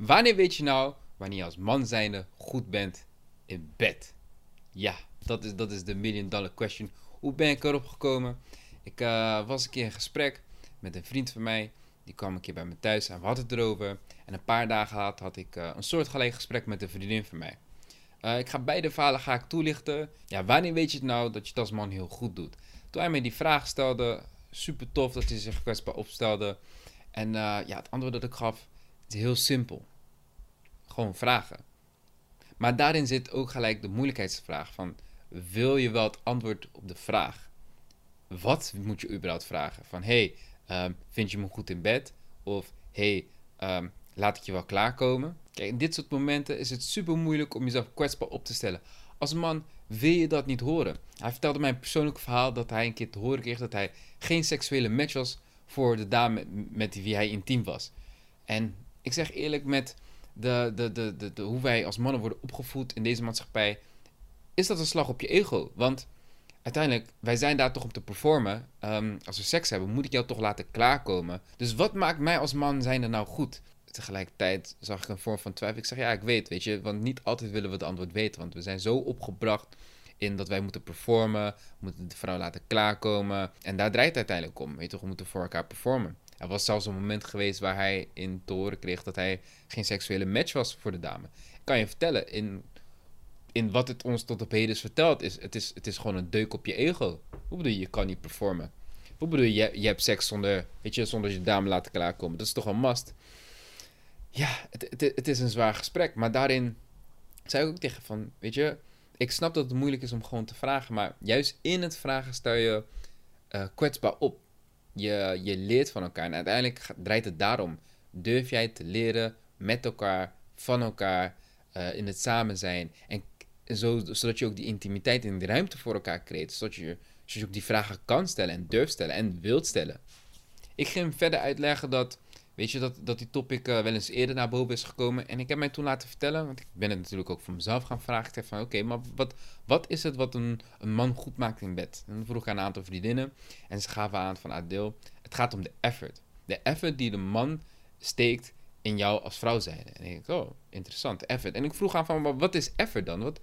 Wanneer weet je nou wanneer je als man zijnde goed bent in bed? Ja, dat is de million dollar question. Hoe ben ik erop gekomen? Ik was een keer in gesprek met een vriend van mij. Die kwam een keer bij me thuis en we hadden het erover. En een paar dagen had ik een soortgelijk gesprek met een vriendin van mij. Ik ga beide verhalen toelichten. Ja, wanneer weet je het nou dat je het als man heel goed doet? Toen hij mij die vraag stelde, super tof dat hij zich kwetsbaar opstelde. En ja, het antwoord dat ik gaf, het is heel simpel. Gewoon vragen. Maar daarin zit ook gelijk de moeilijkheidsvraag van, wil je wel het antwoord op de vraag? Wat moet je überhaupt vragen? Van, hey, vind je me goed in bed? Of, hey, laat ik je wel klaarkomen? Kijk, in dit soort momenten is het super moeilijk om jezelf kwetsbaar op te stellen. Als man wil je dat niet horen. Hij vertelde mij een persoonlijk verhaal dat hij een keer te horen kreeg dat hij geen seksuele match was voor de dame met wie hij intiem was. En ik zeg eerlijk, met hoe wij als mannen worden opgevoed in deze maatschappij, is dat een slag op je ego. Want uiteindelijk, wij zijn daar toch om te performen. Als we seks hebben, moet ik jou toch laten klaarkomen. Dus wat maakt mij als man zijnde nou goed? Tegelijkertijd zag ik een vorm van twijfel. Ik zeg, ja, ik weet je. Want niet altijd willen we het antwoord weten. Want we zijn zo opgebracht in dat wij moeten performen. Moeten de vrouw laten klaarkomen. En daar draait het uiteindelijk om. Weet je toch, we moeten voor elkaar performen. Er was zelfs een moment geweest waar hij in te horen kreeg dat hij geen seksuele match was voor de dame. Ik kan je vertellen, in wat het ons tot op heden is verteld, het is gewoon een deuk op je ego. Hoe bedoel je kan niet performen? Hoe bedoel je hebt seks zonder je dame laten klaarkomen? Dat is toch een must? Ja, het is een zwaar gesprek. Maar daarin zei ik ook tegen van, weet je, ik snap dat het moeilijk is om gewoon te vragen. Maar juist in het vragen stel je kwetsbaar op. Je leert van elkaar. En uiteindelijk draait het daarom. Durf jij te leren met elkaar, van elkaar, in het samen zijn. En zodat je ook die intimiteit en die ruimte voor elkaar creëert. Zodat je ook die vragen kan stellen en durft stellen en wilt stellen. Ik ging hem verder uitleggen dat, weet je, dat die topic wel eens eerder naar boven is gekomen. En ik heb mij toen laten vertellen, want ik ben het natuurlijk ook voor mezelf gaan vragen. Ik zei van, oké, maar wat is het wat een man goed maakt in bed? En dan vroeg ik aan een aantal vriendinnen en ze gaven aan van, Adil, het gaat om de effort. De effort die de man steekt in jou als vrouw zijn. En ik dacht, oh, interessant, effort. En ik vroeg aan van, wat is effort dan?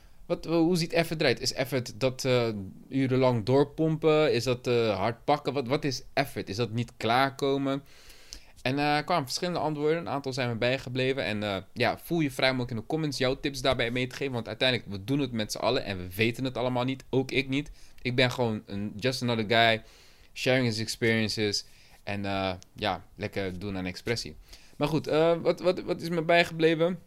Hoe ziet effort eruit? Is effort dat urenlang doorpompen? Is dat hard pakken? Wat is effort? Is dat niet klaarkomen? En er kwamen verschillende antwoorden. Een aantal zijn me bijgebleven. En ja, voel je vrij om ook in de comments jouw tips daarbij mee te geven. Want uiteindelijk, we doen het met z'n allen. En we weten het allemaal niet. Ook ik niet. Ik ben gewoon just another guy. Sharing his experiences. En ja, lekker doen aan expressie. Maar goed, wat is me bijgebleven?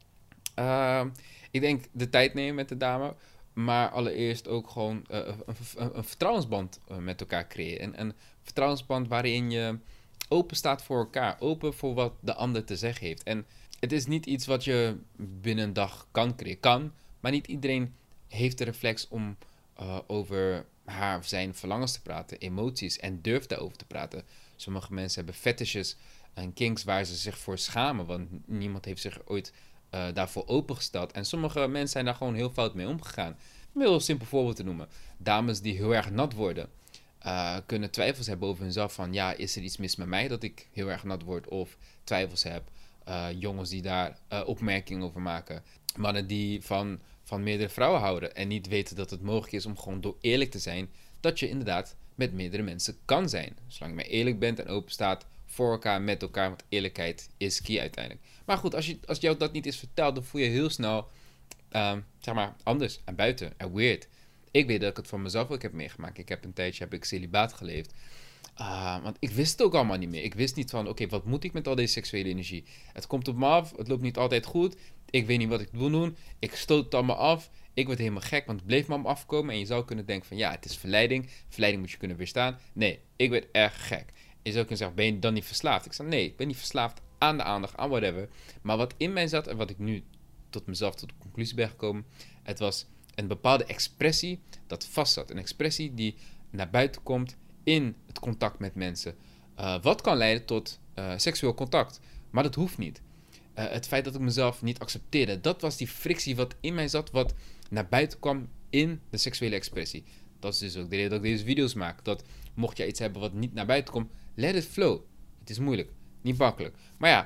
Uh, ik denk de tijd nemen met de dame. Maar allereerst ook gewoon een vertrouwensband met elkaar creëren. Een vertrouwensband waarin je open staat voor elkaar. Open voor wat de ander te zeggen heeft. En het is niet iets wat je binnen een dag kan creëren. Kan, maar niet iedereen heeft de reflex om over haar of zijn verlangens te praten. Emoties en durft daarover te praten. Sommige mensen hebben fetishes en kinks waar ze zich voor schamen. Want niemand heeft zich ooit daarvoor opengesteld. En sommige mensen zijn daar gewoon heel fout mee omgegaan. Om een heel simpel voorbeeld te noemen. Dames die heel erg nat worden. Kunnen twijfels hebben over hunzelf van, ja, is er iets mis met mij dat ik heel erg nat word? Of twijfels heb. Jongens die daar opmerkingen over maken. Mannen die van meerdere vrouwen houden. En niet weten dat het mogelijk is om gewoon door eerlijk te zijn. Dat je inderdaad met meerdere mensen kan zijn. Zolang je maar eerlijk bent en open staat voor elkaar, met elkaar. Want eerlijkheid is key uiteindelijk. Maar goed, als jou dat niet is verteld, dan voel je heel snel, zeg maar, anders en buiten en weird. Ik weet dat ik het voor mezelf ook heb meegemaakt. Ik heb een tijdje celibaat geleefd. Want ik wist het ook allemaal niet meer. Ik wist niet van, oké, wat moet ik met al deze seksuele energie? Het komt op me af, het loopt niet altijd goed. Ik weet niet wat ik wil doen. Ik stoot het allemaal af. Ik word helemaal gek, want het bleef maar om afkomen. En je zou kunnen denken van, ja, het is verleiding. Verleiding moet je kunnen weerstaan. Nee, ik werd erg gek. Je zou kunnen zeggen, ben je dan niet verslaafd? Ik zei, nee, ik ben niet verslaafd aan de aandacht, aan whatever. Maar wat in mij zat en wat ik nu tot mezelf tot de conclusie ben gekomen, het was een bepaalde expressie dat vast zat. Een expressie die naar buiten komt in het contact met mensen. Wat kan leiden tot seksueel contact. Maar dat hoeft niet. Het feit dat ik mezelf niet accepteerde, dat was die frictie wat in mij zat, wat naar buiten kwam in de seksuele expressie. Dat is dus ook de reden dat ik deze video's maak. Dat mocht jij iets hebben wat niet naar buiten komt, let it flow. Het is moeilijk, niet makkelijk. Maar ja,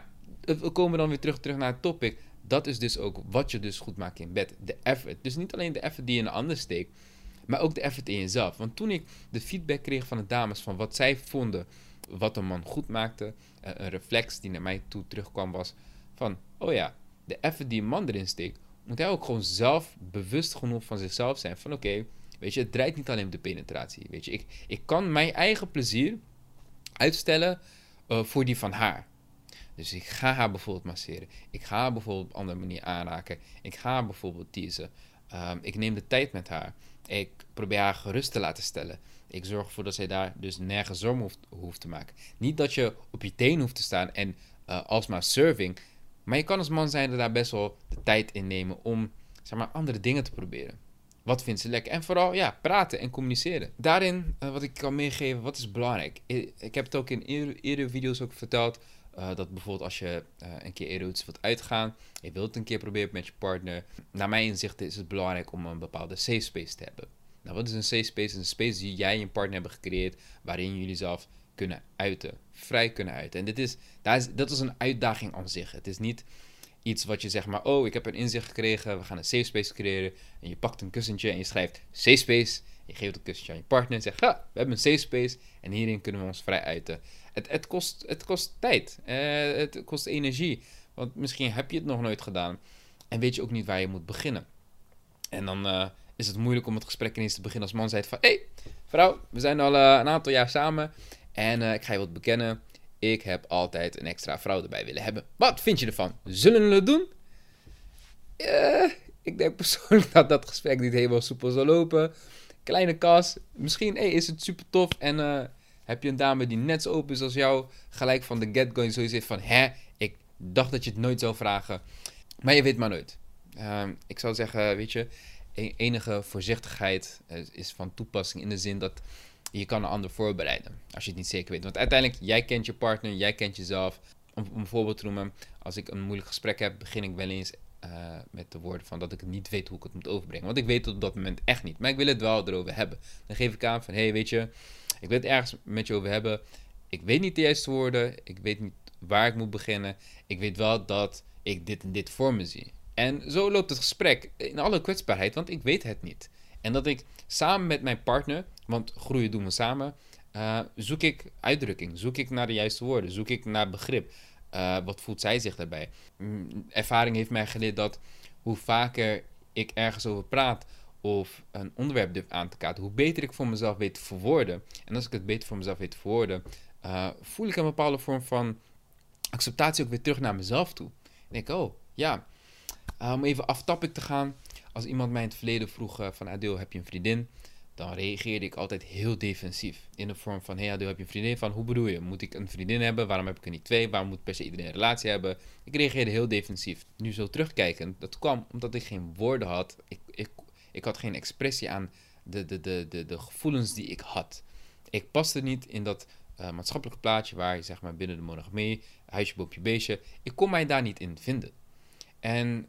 we komen dan weer terug naar het topic. Dat is dus ook wat je dus goed maakt in bed. De effort. Dus niet alleen de effort die je in een ander steekt, maar ook de effort in jezelf. Want toen ik de feedback kreeg van de dames van wat zij vonden, wat een man goed maakte, een reflex die naar mij toe terugkwam was van, oh ja, de effort die een man erin steekt, moet hij ook gewoon zelf bewust genoeg van zichzelf zijn. Van oké, weet je, het draait niet alleen om de penetratie. Weet je, ik kan mijn eigen plezier uitstellen voor die van haar. Dus ik ga haar bijvoorbeeld masseren. Ik ga haar bijvoorbeeld op een andere manier aanraken. Ik ga haar bijvoorbeeld teasen. Ik neem de tijd met haar. Ik probeer haar gerust te laten stellen. Ik zorg ervoor dat zij daar dus nergens zorgen hoeft te maken. Niet dat je op je teen hoeft te staan en alsmaar serving. Maar je kan als man zijn er daar best wel de tijd in nemen om zeg maar, andere dingen te proberen. Wat vindt ze lekker? En vooral, ja, praten en communiceren. Daarin, wat ik kan meegeven, wat is belangrijk? Ik heb het ook in eerdere video's ook verteld. Dat bijvoorbeeld als je een keer erotisch wilt uitgaan, je wilt het een keer proberen met je partner. Naar mijn inzicht is het belangrijk om een bepaalde safe space te hebben. Nou, wat is een safe space? Een space die jij en je partner hebben gecreëerd, waarin jullie zelf kunnen uiten. Vrij kunnen uiten. En dat is een uitdaging aan zich. Het is niet iets wat je zegt maar, oh, ik heb een inzicht gekregen, we gaan een safe space creëren. En je pakt een kussentje en je schrijft safe space. Je geeft het kussentje aan je partner en zegt, we hebben een safe space en hierin kunnen we ons vrij uiten. Het kost tijd. Het kost energie. Want misschien heb je het nog nooit gedaan en weet je ook niet waar je moet beginnen. En dan is het moeilijk om het gesprek ineens te beginnen als man zegt van, hey, vrouw, we zijn al een aantal jaar samen en ik ga je wat bekennen. Ik heb altijd een extra vrouw erbij willen hebben. Wat vind je ervan? Zullen we het doen? Ik denk persoonlijk dat dat gesprek niet helemaal soepel zal lopen. Kleine kas. Misschien is het super tof. En heb je een dame die net zo open is als jou. Gelijk van de get-go. En zoiets heeft van, ik dacht dat je het nooit zou vragen. Maar je weet maar nooit. Ik zou zeggen, weet je, enige voorzichtigheid is van toepassing in de zin dat je kan een ander voorbereiden, als je het niet zeker weet. Want uiteindelijk, jij kent je partner, jij kent jezelf. Om een voorbeeld te noemen, als ik een moeilijk gesprek heb, begin ik wel eens met de woorden van dat ik niet weet hoe ik het moet overbrengen. Want ik weet het op dat moment echt niet, maar ik wil het wel erover hebben. Dan geef ik aan van, weet je, ik wil het ergens met je over hebben. Ik weet niet de juiste woorden, ik weet niet waar ik moet beginnen. Ik weet wel dat ik dit en dit voor me zie. En zo loopt het gesprek in alle kwetsbaarheid, want ik weet het niet. En dat ik samen met mijn partner, want groeien doen we samen, zoek ik uitdrukking, zoek ik naar de juiste woorden, zoek ik naar begrip. Wat voelt zij zich daarbij? Ervaring heeft mij geleerd dat hoe vaker ik ergens over praat of een onderwerp durf aan te kaarten, hoe beter ik voor mezelf weet te verwoorden. En als ik het beter voor mezelf weet te verwoorden, voel ik een bepaalde vorm van acceptatie ook weer terug naar mezelf toe. En denk, oh ja, om even aftappig te gaan. Als iemand mij in het verleden vroeg van Adil, heb je een vriendin? Dan reageerde ik altijd heel defensief. In de vorm van, Adil, heb je een vriendin? Van, hoe bedoel je? Moet ik een vriendin hebben? Waarom heb ik er niet twee? Waarom moet per se iedereen een relatie hebben? Ik reageerde heel defensief. Nu zo terugkijkend, dat kwam omdat ik geen woorden had. Ik had geen expressie aan de gevoelens die ik had. Ik paste niet in dat maatschappelijke plaatje waar je zeg maar binnen de monogamie, huisje, boompje, beestje. Ik kon mij daar niet in vinden. En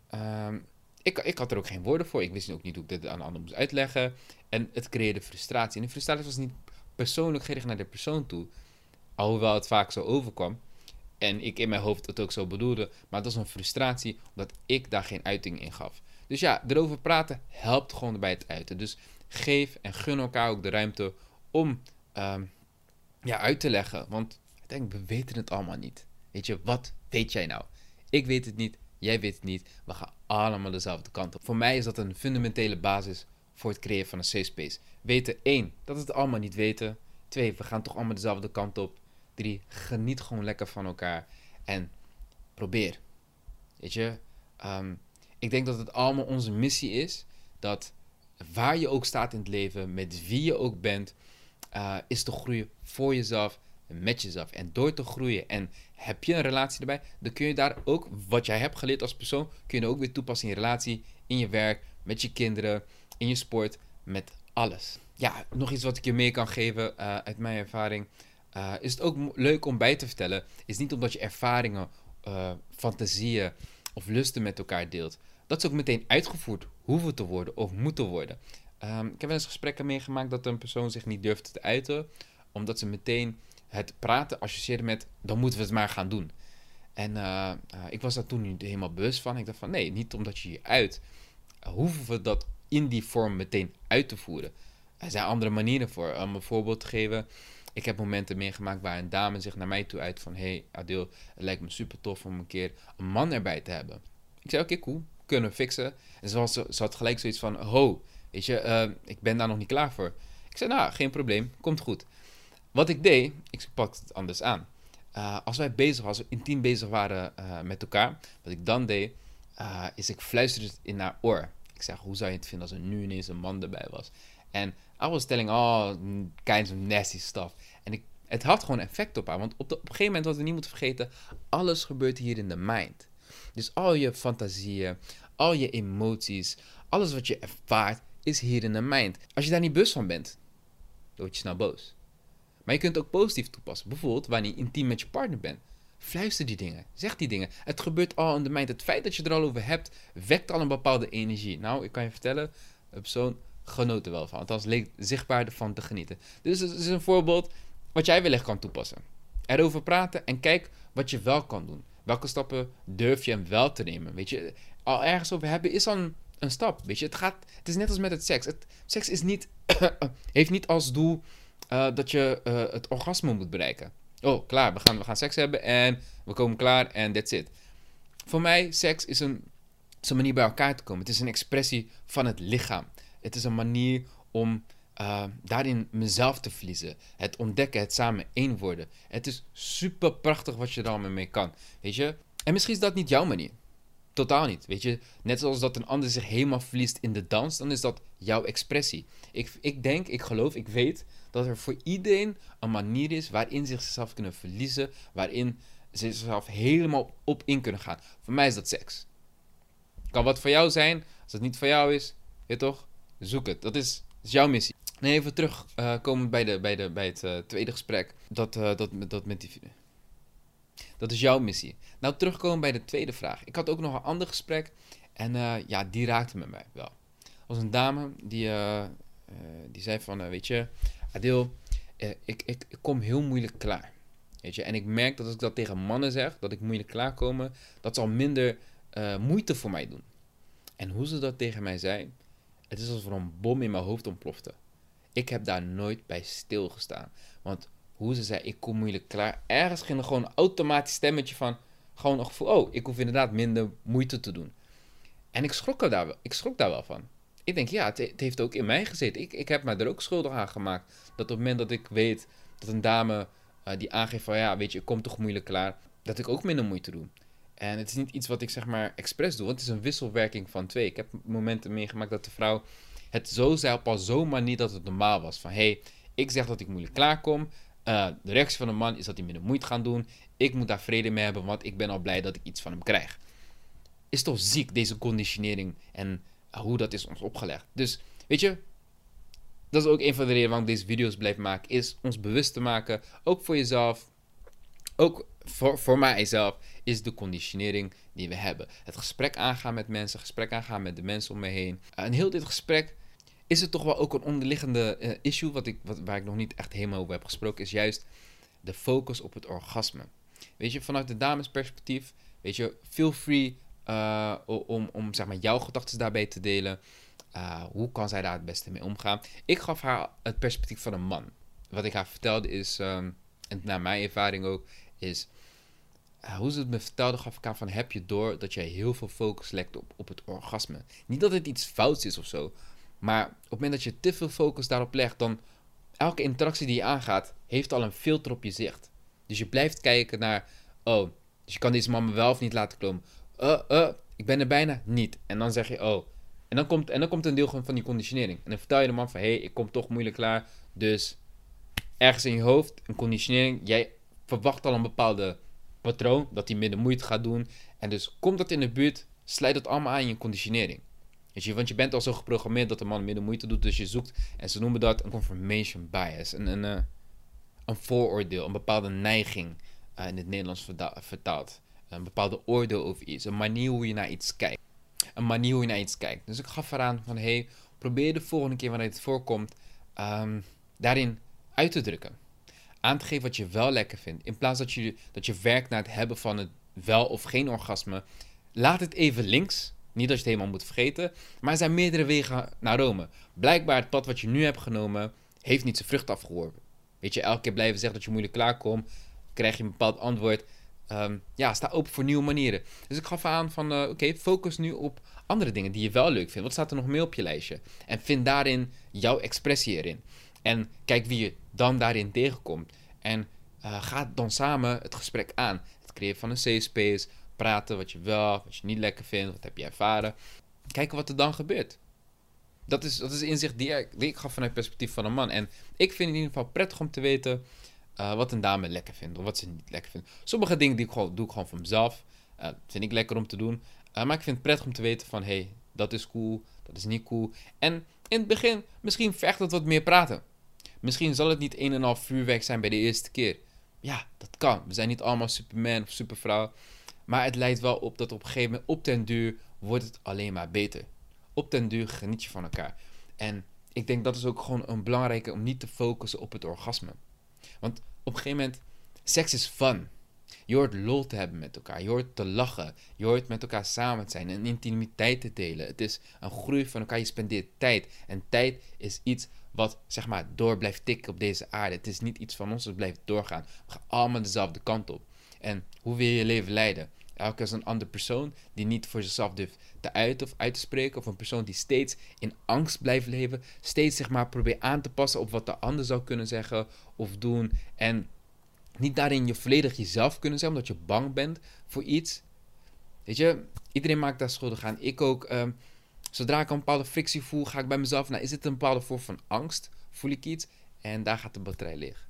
ik had er ook geen woorden voor. Ik wist ook niet hoe ik dit aan de ander moest uitleggen. En het creëerde frustratie. En de frustratie was niet persoonlijk gericht naar de persoon toe. Alhoewel het vaak zo overkwam. En ik in mijn hoofd het ook zo bedoelde. Maar het was een frustratie omdat ik daar geen uiting in gaf. Dus ja, erover praten helpt gewoon bij het uiten. Dus geef en gun elkaar ook de ruimte om uit te leggen. Want uiteindelijk, we weten het allemaal niet. Weet je, wat weet jij nou? Ik weet het niet. Jij weet het niet. We gaan allemaal dezelfde kant op. Voor mij is dat een fundamentele basis voor het creëren van een safe space. Weten, 1, dat we het allemaal niet weten. 2, we gaan toch allemaal dezelfde kant op. 3, geniet gewoon lekker van elkaar. En probeer. Weet je, ik denk dat het allemaal onze missie is. Dat waar je ook staat in het leven, met wie je ook bent, is te groeien voor jezelf en met jezelf. En door te groeien en heb je een relatie erbij, dan kun je daar ook, wat jij hebt geleerd als persoon, kun je ook weer toepassen in je relatie, in je werk, met je kinderen, in je sport, met alles. Ja, nog iets wat ik je mee kan geven uit mijn ervaring. Is het ook leuk om bij te vertellen, is niet omdat je ervaringen, fantasieën of lusten met elkaar deelt, dat ze ook meteen uitgevoerd hoeven te worden of moeten worden. Ik heb wel eens gesprekken meegemaakt dat een persoon zich niet durfde te uiten, omdat ze meteen het praten associeerden met, dan moeten we het maar gaan doen. En ik was daar toen niet helemaal bewust van. Ik dacht van nee, niet omdat je je uit, hoeven we dat in die vorm meteen uit te voeren. Er zijn andere manieren voor. Om een voorbeeld te geven. Ik heb momenten meegemaakt waar een dame zich naar mij toe uit van... Hey Adil, het lijkt me super tof om een keer een man erbij te hebben. Ik zei oké, cool, kunnen we fixen. En ze had gelijk zoiets van... Ho, weet je, ik ben daar nog niet klaar voor. Ik zei nou, geen probleem, komt goed. Wat ik deed, ik pak het anders aan. Als we intiem bezig waren met elkaar... Wat ik dan deed, is ik fluisterde in haar oor. Ik zeg, hoe zou je het vinden als er nu ineens een man erbij was? En I was telling all kinds of nasty stuff. En het had gewoon effect op haar. Want op een gegeven moment, wat we niet moeten vergeten... Alles gebeurt hier in de mind. Dus al je fantasieën, al je emoties... Alles wat je ervaart, is hier in de mind. Als je daar niet bewust van bent, dan word je snel boos. Maar je kunt het ook positief toepassen. Bijvoorbeeld, wanneer je intiem met je partner bent. Fluister die dingen. Zeg die dingen. Het gebeurt al in de mind. Het feit dat je er al over hebt, wekt al een bepaalde energie. Nou, ik kan je vertellen, de persoon genoot er wel van. Althans, leek zichtbaar ervan te genieten. Dus het is een voorbeeld wat jij wellicht kan toepassen. Erover praten en kijk wat je wel kan doen. Welke stappen durf je wel te nemen? Weet je, al ergens over hebben is al een stap. Weet je, het is net als met het seks. Seks is niet, heeft niet als doel dat je het orgasme moet bereiken. Oh, klaar, we gaan seks hebben en we komen klaar en that's it. Voor mij, seks is een manier bij elkaar te komen. Het is een expressie van het lichaam. Het is een manier om daarin mezelf te verliezen. Het ontdekken, het samen één worden. Het is super prachtig wat je er allemaal mee kan. Weet je? En misschien is dat niet jouw manier. Totaal niet. Weet je? Net zoals dat een ander zich helemaal verliest in de dans, dan is dat jouw expressie. Ik geloof, ik weet dat er voor iedereen een manier is waarin ze zichzelf kunnen verliezen, waarin ze zichzelf helemaal op in kunnen gaan. Voor mij is dat seks. Kan wat voor jou zijn. Als het niet voor jou is, je toch? Zoek het. Dat is jouw missie. Nee, even terugkomen bij het tweede gesprek. Dat met die... Dat is jouw missie. Nou, terugkomen bij de tweede vraag. Ik had ook nog een ander gesprek. En ja, die raakte met mij wel. Er was een dame die zei van... weet je, Adil, ik kom heel moeilijk klaar. Weet je, en ik merk dat als ik dat tegen mannen zeg... dat ik moeilijk klaarkomen... dat ze al minder moeite voor mij doen. En hoe ze dat tegen mij zei... het is alsof er een bom in mijn hoofd ontplofte. Ik heb daar nooit bij stilgestaan. Want hoe ze zei, ik kom moeilijk klaar. Ergens ging er gewoon een automatisch stemmetje van... gewoon een gevoel, oh, ik hoef inderdaad minder moeite te doen. En ik schrok daar wel van. Ik denk, ja, het heeft ook in mij gezeten. Ik heb mij er ook schuldig aan gemaakt. Dat op het moment dat ik weet dat een dame die aangeeft van... ja, weet je, ik kom toch moeilijk klaar... dat ik ook minder moeite doe. En het is niet iets wat ik zeg maar expres doe. Want het is een wisselwerking van twee. Ik heb momenten meegemaakt dat de vrouw het zo zei op al zo'n manier dat het normaal was. Van, hey, ik zeg dat ik moeilijk klaarkom... de reactie van een man is dat hij minder moeite gaat doen. Ik moet daar vrede mee hebben, want ik ben al blij dat ik iets van hem krijg. Is toch ziek, deze conditionering en hoe dat is ons opgelegd. Dus, weet je, dat is ook een van de redenen waarom ik deze video's blijf maken. Is ons bewust te maken, ook voor jezelf, ook voor mijzelf, is de conditionering die we hebben. Het gesprek aangaan met mensen, gesprek aangaan met de mensen om me heen. En heel dit gesprek... is het toch wel ook een onderliggende issue, waar ik nog niet echt helemaal over heb gesproken, is juist de focus op het orgasme. Weet je, vanuit de damesperspectief, weet je, feel free om zeg maar jouw gedachten daarbij te delen. Hoe kan zij daar het beste mee omgaan? Ik gaf haar het perspectief van een man. Wat ik haar vertelde is, en naar mijn ervaring ook, is... hoe ze het me vertelde, gaf ik aan van... heb je door dat jij heel veel focus legt op het orgasme? Niet dat het iets fouts is of zo... maar op het moment dat je te veel focus daarop legt... dan elke interactie die je aangaat... heeft al een filter op je zicht. Dus je blijft kijken naar... oh, dus je kan deze man me wel of niet laten komen. Ik ben er bijna niet. En dan zeg je, oh. En dan komt een deel van die conditionering. En dan vertel je de man van... hey, ik kom toch moeilijk klaar. Dus ergens in je hoofd, een conditionering... jij verwacht al een bepaalde patroon... dat hij minder moeite gaat doen. En dus komt dat in de buurt... sluit dat allemaal aan in je conditionering. Want je bent al zo geprogrammeerd dat de man minder moeite doet, dus je zoekt, en ze noemen dat een confirmation bias, een vooroordeel, een bepaalde neiging in het Nederlands vertaald. Een bepaalde oordeel over iets, een manier hoe je naar iets kijkt. Dus ik gaf eraan van, hey, probeer de volgende keer wanneer het voorkomt, daarin uit te drukken. Aan te geven wat je wel lekker vindt, in plaats dat je werkt naar het hebben van het wel of geen orgasme, laat het even links. Niet dat je het helemaal moet vergeten, maar er zijn meerdere wegen naar Rome. Blijkbaar het pad wat je nu hebt genomen, heeft niet zijn vrucht afgeworpen. Weet je, elke keer blijven zeggen dat je moeilijk klaarkomt, krijg je een bepaald antwoord. Sta open voor nieuwe manieren. Dus ik gaf aan van, oké, focus nu op andere dingen die je wel leuk vindt. Wat staat er nog meer op je lijstje? En vind daarin jouw expressie erin. En kijk wie je dan daarin tegenkomt. En ga dan samen het gesprek aan. Het creëren van een safe space. Praten wat je wel, wat je niet lekker vindt. Wat heb je ervaren. Kijken wat er dan gebeurt. Dat is inzicht die ik gaf vanuit het perspectief van een man. En ik vind het in ieder geval prettig om te weten wat een dame lekker vindt. Of wat ze niet lekker vindt. Sommige dingen doe ik gewoon voor mezelf. Vind ik lekker om te doen. Maar ik vind het prettig om te weten van, hey, dat is cool. Dat is niet cool. En in het begin, misschien vergt het wat meer praten. Misschien zal het niet een en al vuurwerk zijn bij de eerste keer. Ja, dat kan. We zijn niet allemaal Superman of Supervrouw. Maar het leidt wel op dat op een gegeven moment, op den duur, wordt het alleen maar beter. Op den duur geniet je van elkaar. En ik denk dat is ook gewoon een belangrijke om niet te focussen op het orgasme. Want op een gegeven moment, seks is fun. Je hoort lol te hebben met elkaar. Je hoort te lachen. Je hoort met elkaar samen te zijn en intimiteit te delen. Het is een groei van elkaar. Je spendeert tijd. En tijd is iets wat, zeg maar, door blijft tikken op deze aarde. Het is niet iets van ons dat blijft doorgaan. We gaan allemaal dezelfde kant op. En hoe wil je je leven leiden? Elke is een andere persoon die niet voor zichzelf durft te uiten of uit te spreken. Of een persoon die steeds in angst blijft leven. Steeds, zeg maar, probeert aan te passen op wat de ander zou kunnen zeggen of doen. En niet daarin je volledig jezelf kunnen zijn, omdat je bang bent voor iets. Weet je, iedereen maakt daar schuldig aan. Ik ook. Zodra ik een bepaalde frictie voel, ga ik bij mezelf is dit een bepaalde vorm van angst? Voel ik iets? En daar gaat de batterij leeg.